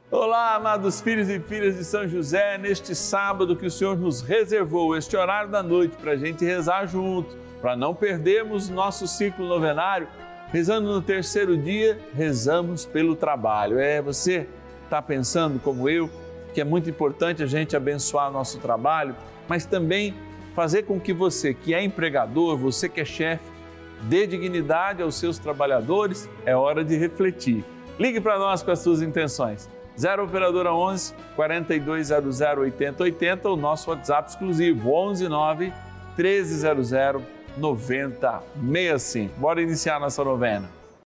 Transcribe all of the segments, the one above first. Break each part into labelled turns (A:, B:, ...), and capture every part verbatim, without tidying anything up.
A: Olá, amados filhos e filhas de São José, neste sábado que o Senhor nos reservou, este horário da noite, para a gente rezar junto, para não perdermos nosso ciclo novenário, rezando no terceiro dia, rezamos pelo trabalho. É, você está pensando como eu, que é muito importante a gente abençoar nosso trabalho, mas também fazer com que você que é empregador, você que é chefe, dê dignidade aos seus trabalhadores. É hora de refletir. Ligue para nós com as suas intenções. zero operadora onze, quarenta e dois zero zero, oitenta oitenta, o nosso WhatsApp exclusivo, onze nove, treze zero zero, noventa sessenta e cinco. Bora iniciar nossa novena.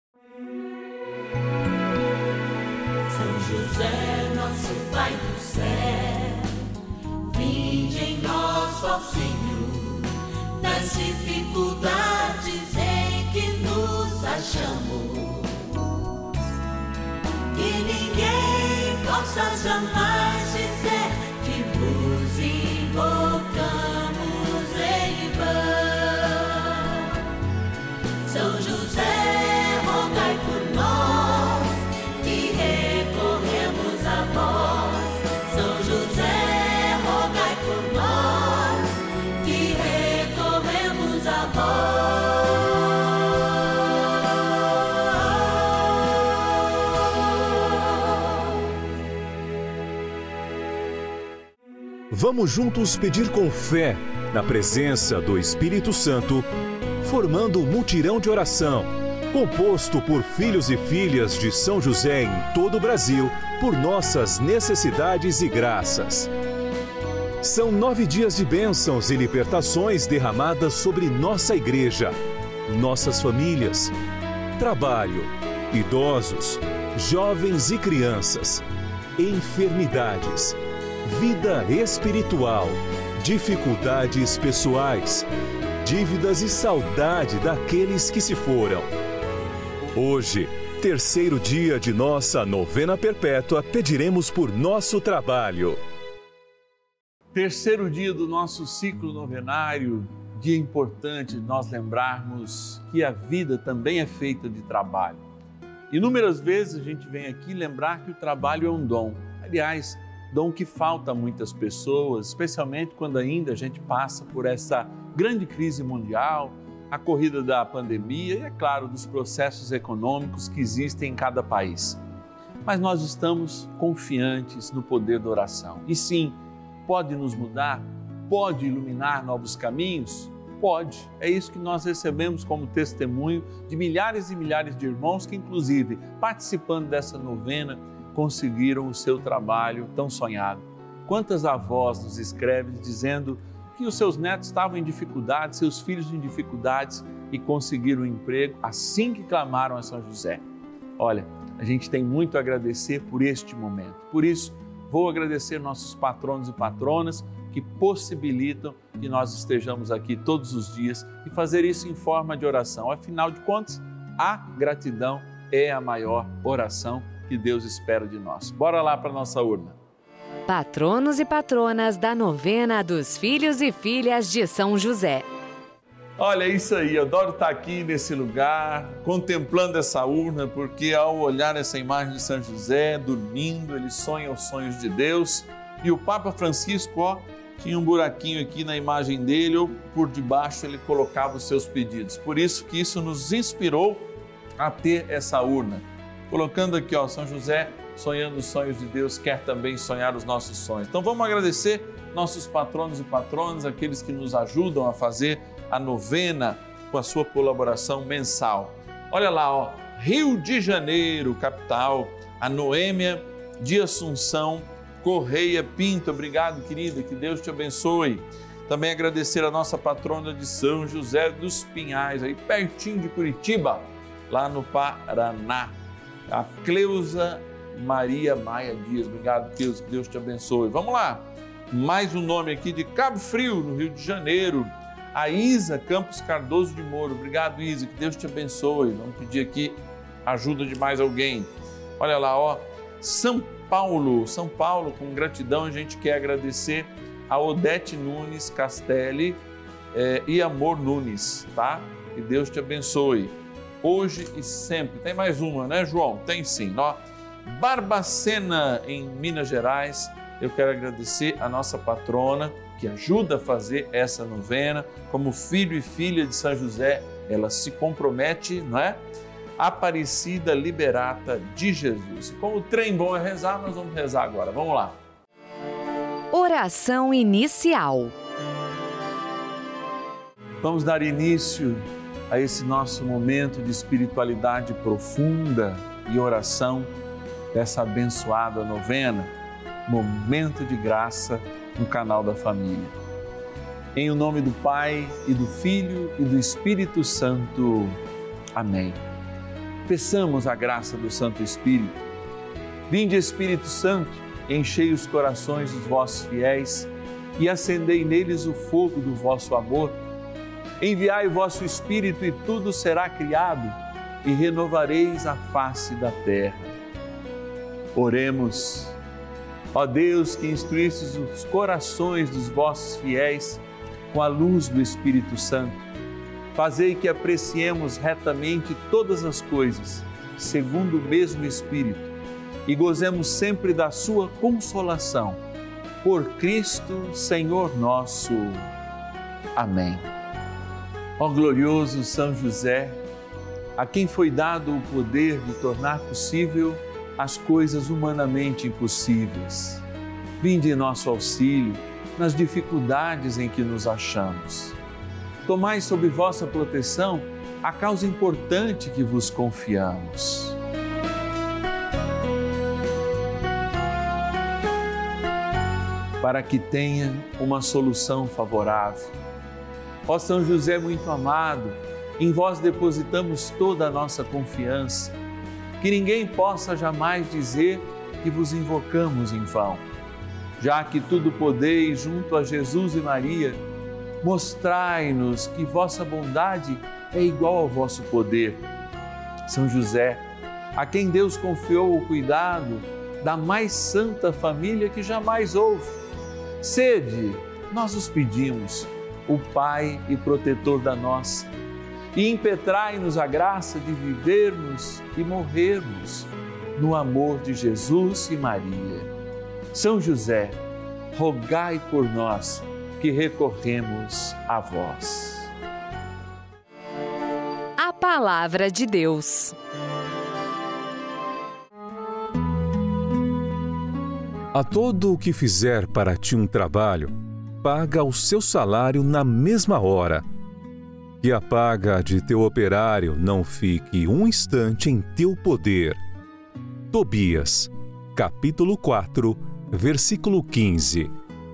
B: São José, nosso Pai do céu, vinde em nós, ó Senhor, nas dificuldades em que nos achamos, que ninguém possa jamais dizer que vos invocamos em vão. São José, rogai por nós, que recorremos a vós. São José, rogai por nós, que recorremos a vós.
C: Vamos juntos pedir com fé, na presença do Espírito Santo, formando um mutirão de oração, composto por filhos e filhas de São José em todo o Brasil, por nossas necessidades e graças. São nove dias de bênçãos e libertações derramadas sobre nossa igreja, nossas famílias, trabalho, idosos, jovens e crianças, enfermidades, vida espiritual, dificuldades pessoais, dívidas e saudade daqueles que se foram. Hoje, terceiro dia de nossa novena perpétua, pediremos por nosso trabalho.
A: Terceiro dia do nosso ciclo novenário, dia importante nós lembrarmos que a vida também é feita de trabalho. Inúmeras vezes a gente vem aqui lembrar que o trabalho é um dom. Aliás, dom que falta a muitas pessoas, especialmente quando ainda a gente passa por essa grande crise mundial, a corrida da pandemia e, é claro, dos processos econômicos que existem em cada país. Mas nós estamos confiantes no poder da oração. E sim, pode nos mudar? Pode iluminar novos caminhos? Pode. É isso que nós recebemos como testemunho de milhares e milhares de irmãos que, inclusive, participando dessa novena, conseguiram o seu trabalho tão sonhado. Quantas avós nos escrevem dizendo que os seus netos estavam em dificuldades, seus filhos em dificuldades e conseguiram um emprego assim que clamaram a São José. Olha, a gente tem muito a agradecer por este momento. Por isso, vou agradecer nossos patronos e patronas que possibilitam que nós estejamos aqui todos os dias e fazer isso em forma de oração. Afinal de contas, a gratidão é a maior oração que Deus espera de nós. Bora lá para a nossa urna.
D: Patronos e patronas da novena dos filhos e filhas de São José.
A: Olha, é isso aí, eu adoro estar aqui nesse lugar, contemplando essa urna, porque ao olhar essa imagem de São José dormindo, ele sonha os sonhos de Deus, e o Papa Francisco, ó, tinha um buraquinho aqui na imagem dele, ou por debaixo ele colocava os seus pedidos. Por isso que isso nos inspirou a ter essa urna. Colocando aqui, ó, São José, sonhando os sonhos de Deus, quer também sonhar os nossos sonhos. Então vamos agradecer nossos patronos e patronas, aqueles que nos ajudam a fazer a novena com a sua colaboração mensal. Olha lá, ó, Rio de Janeiro, capital, a Noêmia de Assunção Correia Pinto. Obrigado, querida, que Deus te abençoe. Também agradecer a nossa patrona de São José dos Pinhais, aí pertinho de Curitiba, lá no Paraná. A Cleusa Maria Maia Dias. Obrigado, Deus, que Deus te abençoe. Vamos lá, mais um nome aqui de Cabo Frio, no Rio de Janeiro. A Isa Campos Cardoso de Moro. Obrigado, Isa, que Deus te abençoe. Vamos pedir aqui ajuda de mais alguém. Olha lá, ó, São Paulo, São Paulo, com gratidão a gente quer agradecer a Odete Nunes Castelli eh, e Amor Nunes, tá? Que Deus te abençoe. Hoje e sempre. Tem mais uma, né, João? Tem sim, ó. Barbacena, em Minas Gerais. Eu quero agradecer a nossa patrona, que ajuda a fazer essa novena. Como filho e filha de São José, ela se compromete, não é? Aparecida Liberata de Jesus. E como o trem bom é rezar, nós vamos rezar agora. Vamos lá.
D: Oração inicial.
A: Vamos dar início a esse nosso momento de espiritualidade profunda e oração dessa abençoada novena, Momento de Graça no canal da Família. Em o nome do Pai e do Filho e do Espírito Santo. Amém. Peçamos a graça do Santo Espírito. Vinde, Espírito Santo, enchei os corações dos vossos fiéis e acendei neles o fogo do vosso amor. Enviai o vosso Espírito e tudo será criado e renovareis a face da terra. Oremos. Ó Deus, que instruístes os corações dos vossos fiéis com a luz do Espírito Santo, fazei que apreciemos retamente todas as coisas, segundo o mesmo Espírito, e gozemos sempre da sua consolação. Por Cristo, Senhor nosso. Amém. Ó glorioso São José, a quem foi dado o poder de tornar possível as coisas humanamente impossíveis, vinde em nosso auxílio nas dificuldades em que nos achamos. Tomai sob vossa proteção a causa importante que vos confiamos. Para que tenha uma solução favorável. Ó São José muito amado, em vós depositamos toda a nossa confiança, que ninguém possa jamais dizer que vos invocamos em vão. Já que tudo podeis junto a Jesus e Maria, mostrai-nos que vossa bondade é igual ao vosso poder. São José, a quem Deus confiou o cuidado da mais santa família que jamais houve, sede, nós os pedimos, o Pai e protetor da nossa, e impetrai-nos a graça de vivermos e morrermos no amor de Jesus e Maria. São José, rogai por nós que recorremos a vós.
D: A Palavra de Deus.
C: A todo o que fizer para ti um trabalho, paga o seu salário na mesma hora. Que a paga de teu operário não fique um instante em teu poder. Tobias, capítulo quatro, versículo quinze.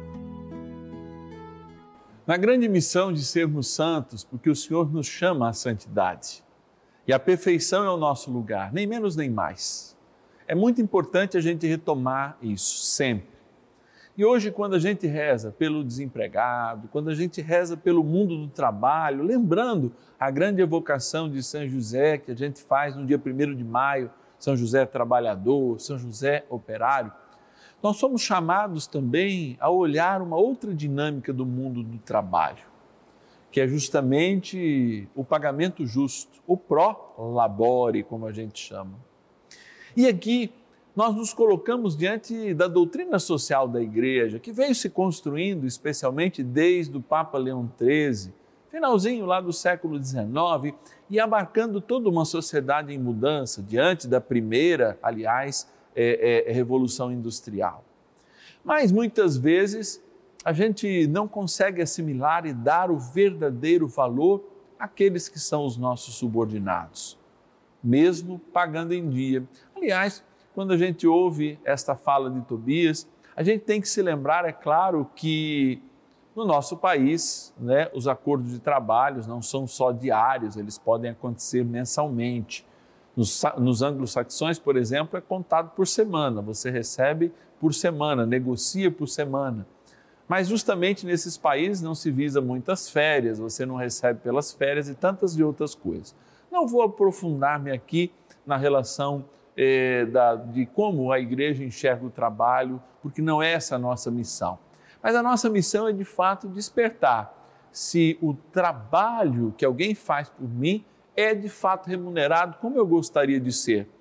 A: Na grande missão de sermos santos, porque o Senhor nos chama à santidade. E a perfeição é o nosso lugar, nem menos nem mais. É muito importante a gente retomar isso sempre. E hoje, quando a gente reza pelo desempregado, quando a gente reza pelo mundo do trabalho, lembrando a grande evocação de São José, que a gente faz no dia primeiro de maio, São José trabalhador, São José operário, nós somos chamados também a olhar uma outra dinâmica do mundo do trabalho, que é justamente o pagamento justo, o pró-labore, como a gente chama. E aqui, nós nos colocamos diante da doutrina social da Igreja, que veio se construindo especialmente desde o Papa Leão treze, finalzinho lá do século dezenove, e abarcando toda uma sociedade em mudança, diante da primeira, aliás, é, é, Revolução Industrial. Mas muitas vezes a gente não consegue assimilar e dar o verdadeiro valor àqueles que são os nossos subordinados, mesmo pagando em dia. Aliás, quando a gente ouve esta fala de Tobias, a gente tem que se lembrar, é claro, que no nosso país, né, os acordos de trabalho não são só diários, eles podem acontecer mensalmente. Nos, nos anglo-saxões, por exemplo, é contado por semana, você recebe por semana, negocia por semana. Mas justamente nesses países não se visa muitas férias, você não recebe pelas férias e tantas de outras coisas. Não vou aprofundar-me aqui na relação Eh, da, de como a igreja enxerga o trabalho, porque não é essa a nossa missão. Mas a nossa missão é de fato despertar se o trabalho que alguém faz por mim é de fato remunerado como eu gostaria de ser.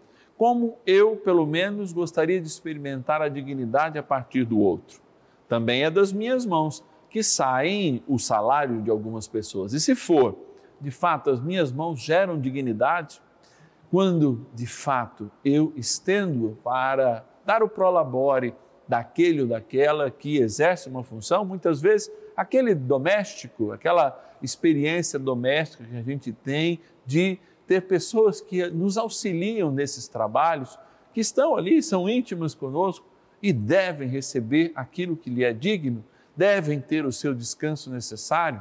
A: como eu, pelo menos, gostaria de experimentar a dignidade a partir do outro. Também é das minhas mãos que saem o salário de algumas pessoas. E se for, de fato, as minhas mãos geram dignidade, quando, de fato, eu estendo para dar o prolabore daquele ou daquela que exerce uma função, muitas vezes aquele doméstico, aquela experiência doméstica que a gente tem de ter pessoas que nos auxiliam nesses trabalhos, que estão ali, são íntimas conosco e devem receber aquilo que lhe é digno, devem ter o seu descanso necessário.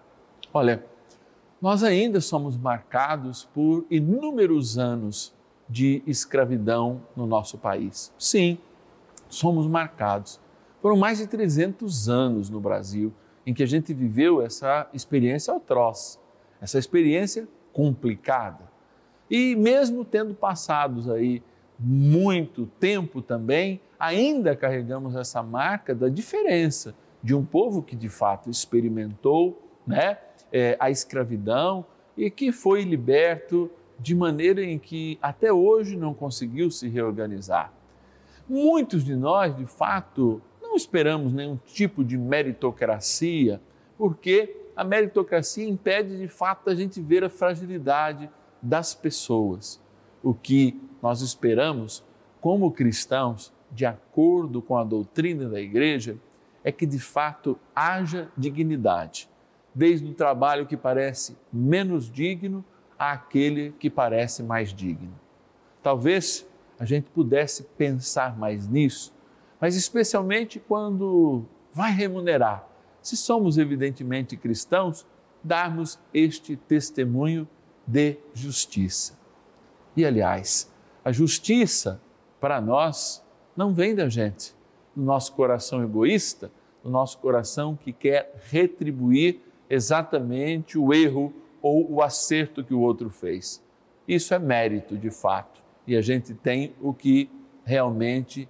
A: Olha, nós ainda somos marcados por inúmeros anos de escravidão no nosso país. Sim, somos marcados. Foram mais de trezentos anos no Brasil em que a gente viveu essa experiência atroz, essa experiência complicada. E mesmo tendo passado aí muito tempo também, ainda carregamos essa marca da diferença de um povo que de fato experimentou, né, é, a escravidão e que foi liberto de maneira em que até hoje não conseguiu se reorganizar. Muitos de nós, de fato, não esperamos nenhum tipo de meritocracia, porque a meritocracia impede de fato a gente ver a fragilidade das pessoas. O que nós esperamos como cristãos, de acordo com a doutrina da igreja, é que de fato haja dignidade, desde o trabalho que parece menos digno àquele que parece mais digno. Talvez a gente pudesse pensar mais nisso, mas especialmente quando vai remunerar. Se somos evidentemente cristãos, darmos este testemunho de justiça. E aliás, a justiça para nós não vem da gente, do nosso coração egoísta, do nosso coração que quer retribuir exatamente o erro ou o acerto que o outro fez. Isso é mérito de fato e a gente tem o que realmente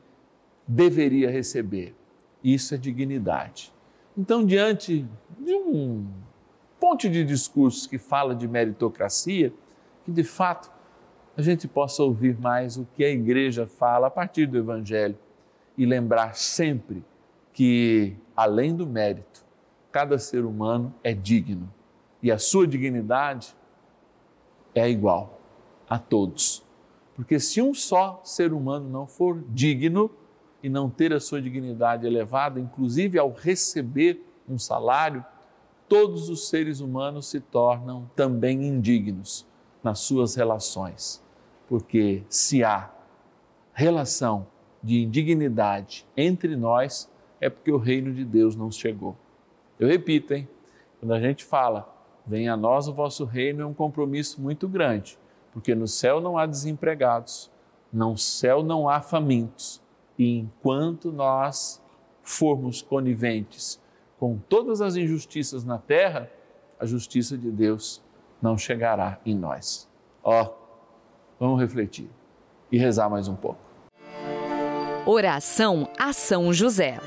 A: deveria receber. Isso é dignidade. Então, diante de um monte de discursos que fala de meritocracia, que de fato a gente possa ouvir mais o que a igreja fala a partir do Evangelho e lembrar sempre que, além do mérito, cada ser humano é digno e a sua dignidade é igual a todos. Porque se um só ser humano não for digno e não ter a sua dignidade elevada, inclusive ao receber um salário, todos os seres humanos se tornam também indignos nas suas relações. Porque se há relação de indignidade entre nós, é porque o reino de Deus não chegou. Eu repito, hein? Quando a gente fala, venha a nós o vosso reino, é um compromisso muito grande, porque no céu não há desempregados, no céu não há famintos, e enquanto nós formos coniventes com todas as injustiças na terra, a justiça de Deus não chegará em nós. Ó, oh, vamos refletir e rezar mais um pouco.
D: Oração a São José.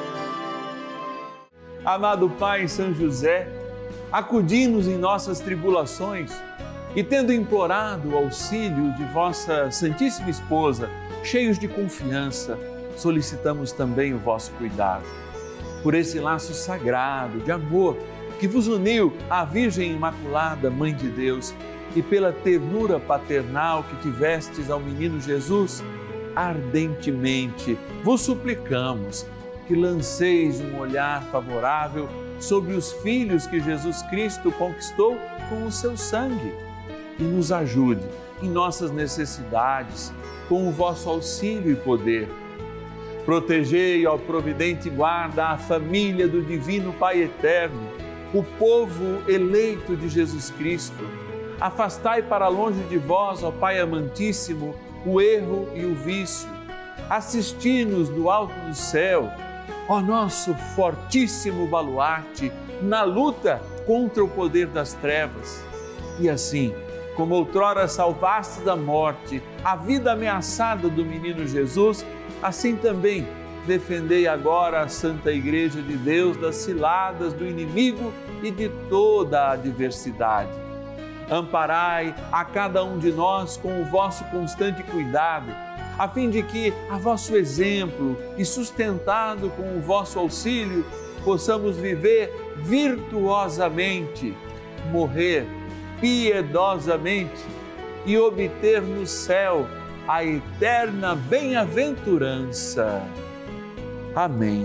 A: Amado Pai São José, acudi-nos em nossas tribulações e, tendo implorado o auxílio de vossa Santíssima Esposa, cheios de confiança, solicitamos também o vosso cuidado. Por esse laço sagrado de amor que vos uniu à Virgem Imaculada, Mãe de Deus, e pela ternura paternal que tivestes ao menino Jesus, ardentemente vos suplicamos que lanceis um olhar favorável sobre os filhos que Jesus Cristo conquistou com o seu sangue e nos ajude em nossas necessidades com o vosso auxílio e poder. Protegei, ó providente guarda, a família do Divino Pai Eterno, o povo eleito de Jesus Cristo. Afastai para longe de vós, ó Pai amantíssimo, o erro e o vício. Assisti-nos do alto do céu, ó nosso fortíssimo baluarte, na luta contra o poder das trevas. E assim, como outrora salvaste da morte a vida ameaçada do menino Jesus, assim também defendei agora a Santa Igreja de Deus das ciladas do inimigo e de toda a adversidade. Amparai a cada um de nós com o vosso constante cuidado, a fim de que, a vosso exemplo e sustentado com o vosso auxílio, possamos viver virtuosamente, morrer piedosamente e obter no céu a eterna bem-aventurança. Amém.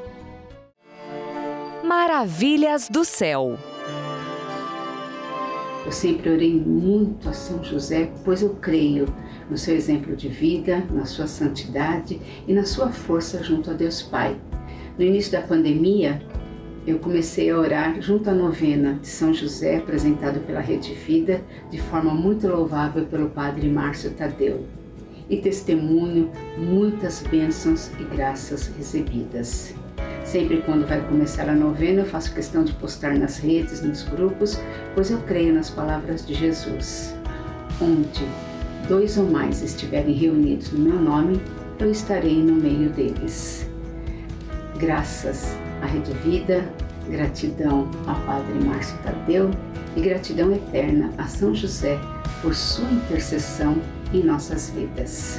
D: Maravilhas do céu.
E: Eu sempre orei muito a São José, pois eu creio no seu exemplo de vida, na sua santidade e na sua força junto a Deus Pai. No início da pandemia, eu comecei a orar junto à novena de São José, apresentado pela Rede Vida, de forma muito louvável pelo Padre Márcio Tadeu. E testemunho muitas bênçãos e graças recebidas. Sempre quando vai começar a novena, eu faço questão de postar nas redes, nos grupos, pois eu creio nas palavras de Jesus. Onde dois ou mais estiverem reunidos no meu nome, eu estarei no meio deles. Graças à Rede Vida, gratidão ao Padre Márcio Tadeu e gratidão eterna a São José por sua intercessão em nossas vidas.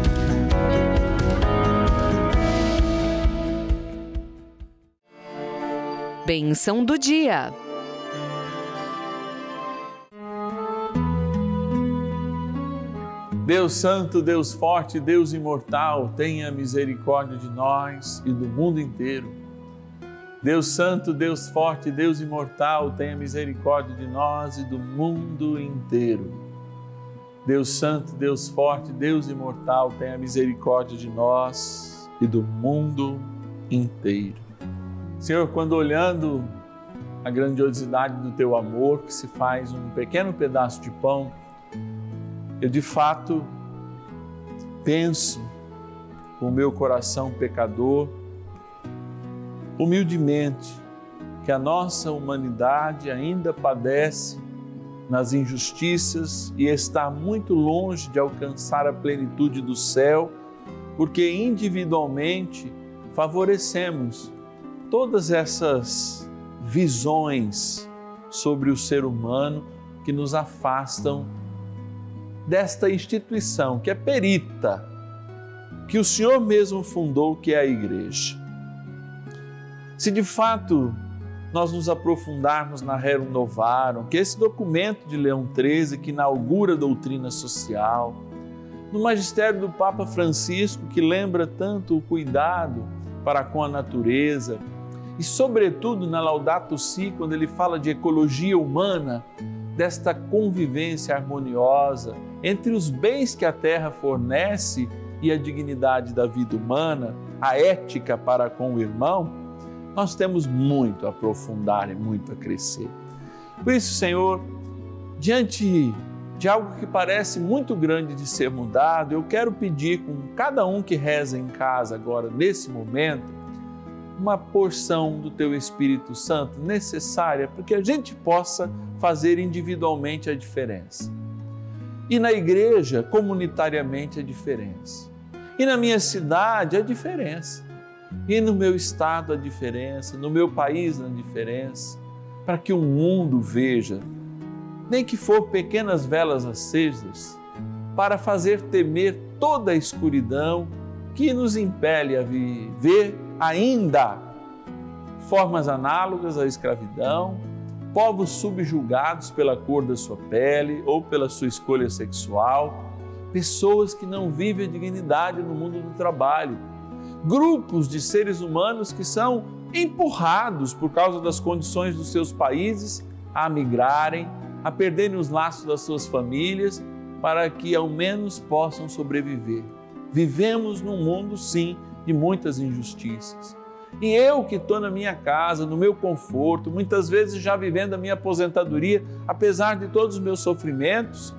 D: Bênção do dia.
A: Deus Santo, Deus Forte, Deus Imortal, tenha misericórdia de nós e do mundo inteiro. Deus Santo, Deus Forte, Deus Imortal, tenha misericórdia de nós e do mundo inteiro. Deus Santo, Deus Forte, Deus Imortal, tenha misericórdia de nós e do mundo inteiro. Senhor, quando olhando a grandiosidade do Teu amor, que se faz um pequeno pedaço de pão, eu de fato penso com o meu coração pecador, humildemente, que a nossa humanidade ainda padece nas injustiças e está muito longe de alcançar a plenitude do céu, porque individualmente favorecemos todas essas visões sobre o ser humano que nos afastam desta instituição que é perita, que o Senhor mesmo fundou, que é a Igreja. Se de fato nós nos aprofundarmos na Rerum Novarum, que é esse documento de Leão treze que inaugura a doutrina social, no magistério do Papa Francisco, que lembra tanto o cuidado para com a natureza, e sobretudo na Laudato Si, quando ele fala de ecologia humana, desta convivência harmoniosa entre os bens que a terra fornece e a dignidade da vida humana, a ética para com o irmão, nós temos muito a aprofundar e muito a crescer. Por isso, Senhor, diante de algo que parece muito grande de ser mudado, eu quero pedir com cada um que reza em casa agora, nesse momento, uma porção do Teu Espírito Santo necessária para que a gente possa fazer individualmente a diferença. E na igreja, comunitariamente, a diferença. E na minha cidade, a diferença. E no meu estado, a diferença. No meu país, a diferença. Para que o mundo veja, nem que for pequenas velas acesas, para fazer temer toda a escuridão que nos impele a viver ainda formas análogas à escravidão, povos subjugados pela cor da sua pele ou pela sua escolha sexual, pessoas que não vivem a dignidade no mundo do trabalho, grupos de seres humanos que são empurrados por causa das condições dos seus países a migrarem, a perderem os laços das suas famílias para que ao menos possam sobreviver. Vivemos num mundo, sim, de muitas injustiças. E eu que estou na minha casa, no meu conforto, muitas vezes já vivendo a minha aposentadoria, apesar de todos os meus sofrimentos,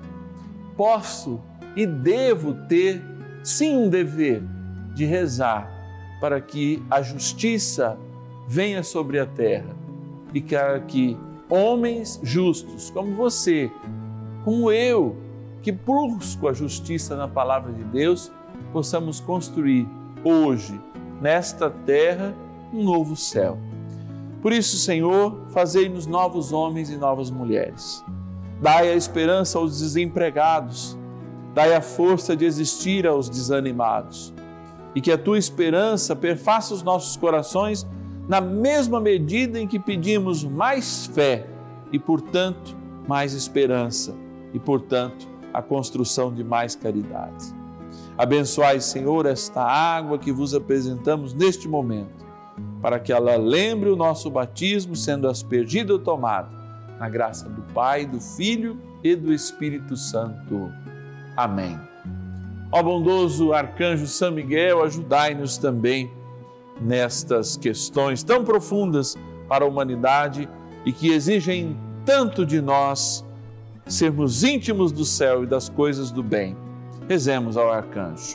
A: posso e devo ter, sim, um dever de rezar para que a justiça venha sobre a terra e para que homens justos como você, como eu, que busco a justiça na palavra de Deus, possamos construir hoje, nesta terra, um novo céu. Por isso, Senhor, fazei-nos novos homens e novas mulheres. Dai a esperança aos desempregados, dai a força de existir aos desanimados. E que a tua esperança perfaça os nossos corações na mesma medida em que pedimos mais fé e, portanto, mais esperança e, portanto, a construção de mais caridade. Abençoai, Senhor, esta água que vos apresentamos neste momento, para que ela lembre o nosso batismo, sendo aspergida ou tomada, na graça do Pai, do Filho e do Espírito Santo. Amém. Ó bondoso arcanjo São Miguel, ajudai-nos também nestas questões tão profundas para a humanidade e que exigem tanto de nós sermos íntimos do céu e das coisas do bem. Rezemos ao arcanjo.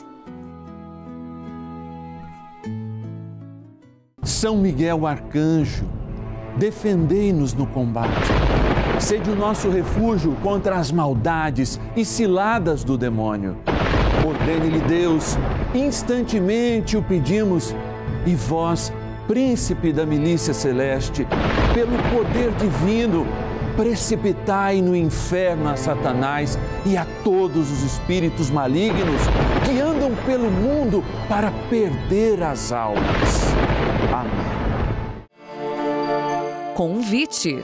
A: São Miguel arcanjo, defendei-nos no combate. Sede o nosso refúgio contra as maldades e ciladas do demônio. Ordene-lhe Deus, instantemente o pedimos, e vós, príncipe da milícia celeste, pelo poder divino, precipitai no inferno a Satanás e a todos os espíritos malignos que andam pelo mundo para perder as almas. Amém.
D: Convite.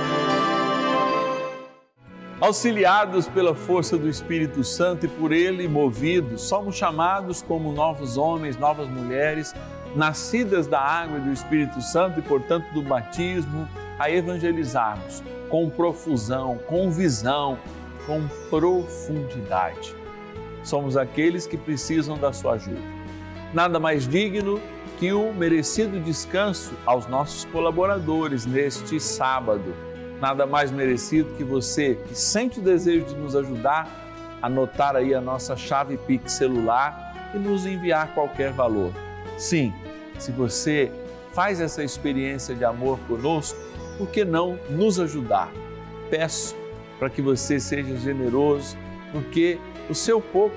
A: Auxiliados pela força do Espírito Santo e por ele movidos, somos chamados como novos homens, novas mulheres, nascidas da água e do Espírito Santo e, portanto, do batismo, a evangelizarmos com profusão, com visão, com profundidade. Somos aqueles que precisam da sua ajuda. Nada mais digno que o merecido descanso aos nossos colaboradores neste sábado. Nada mais merecido que você, que sente o desejo de nos ajudar, anotar aí a nossa chave Pix celular e nos enviar qualquer valor. Sim, se você faz essa experiência de amor conosco, por que não nos ajudar? Peço para que você seja generoso, porque o seu pouco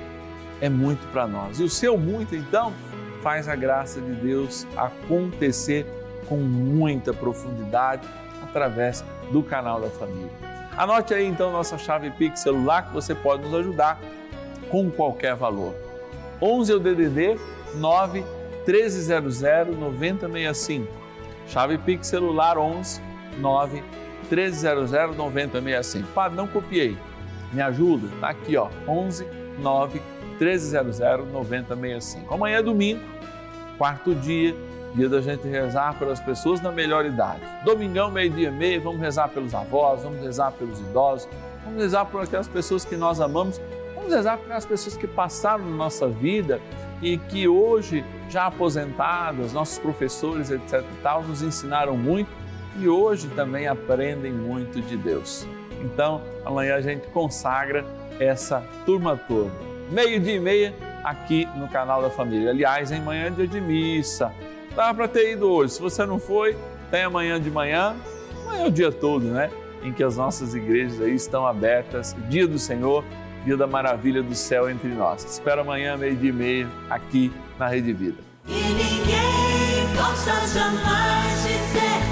A: é muito para nós. E o seu muito, então, faz a graça de Deus acontecer com muita profundidade através do canal da família. Anote aí, então, nossa chave Pix celular, que você pode nos ajudar com qualquer valor. onze é o D D D nove, treze zero zero, noventa sessenta e cinco. Chave Pix celular onze, nove, treze zero zero, noventa sessenta e cinco. Padre, não copiei. Me ajuda? Tá aqui, ó, onze, nove, treze zero zero, noventa sessenta e cinco. Amanhã é domingo, quarto dia, dia da gente rezar pelas pessoas na melhor idade. Domingão, meio-dia e meio, vamos rezar pelos avós, vamos rezar pelos idosos, vamos rezar por aquelas pessoas que nós amamos, vamos rezar por aquelas pessoas que passaram na nossa vida e que hoje, já aposentadas, nossos professores, etc e tal, nos ensinaram muito e hoje também aprendem muito de Deus. Então, amanhã a gente consagra essa turma toda. Meio-dia e meia, aqui no canal da família. Aliás, em manhã é dia de missa. Dá para ter ido hoje. Se você não foi, tem amanhã de manhã. Amanhã é o dia todo, né? Em que as nossas igrejas aí estão abertas. Dia do Senhor, dia da maravilha do céu entre nós. Espero amanhã, meio-dia e meia, aqui na Rede Vida.
B: E ninguém possa jamais dizer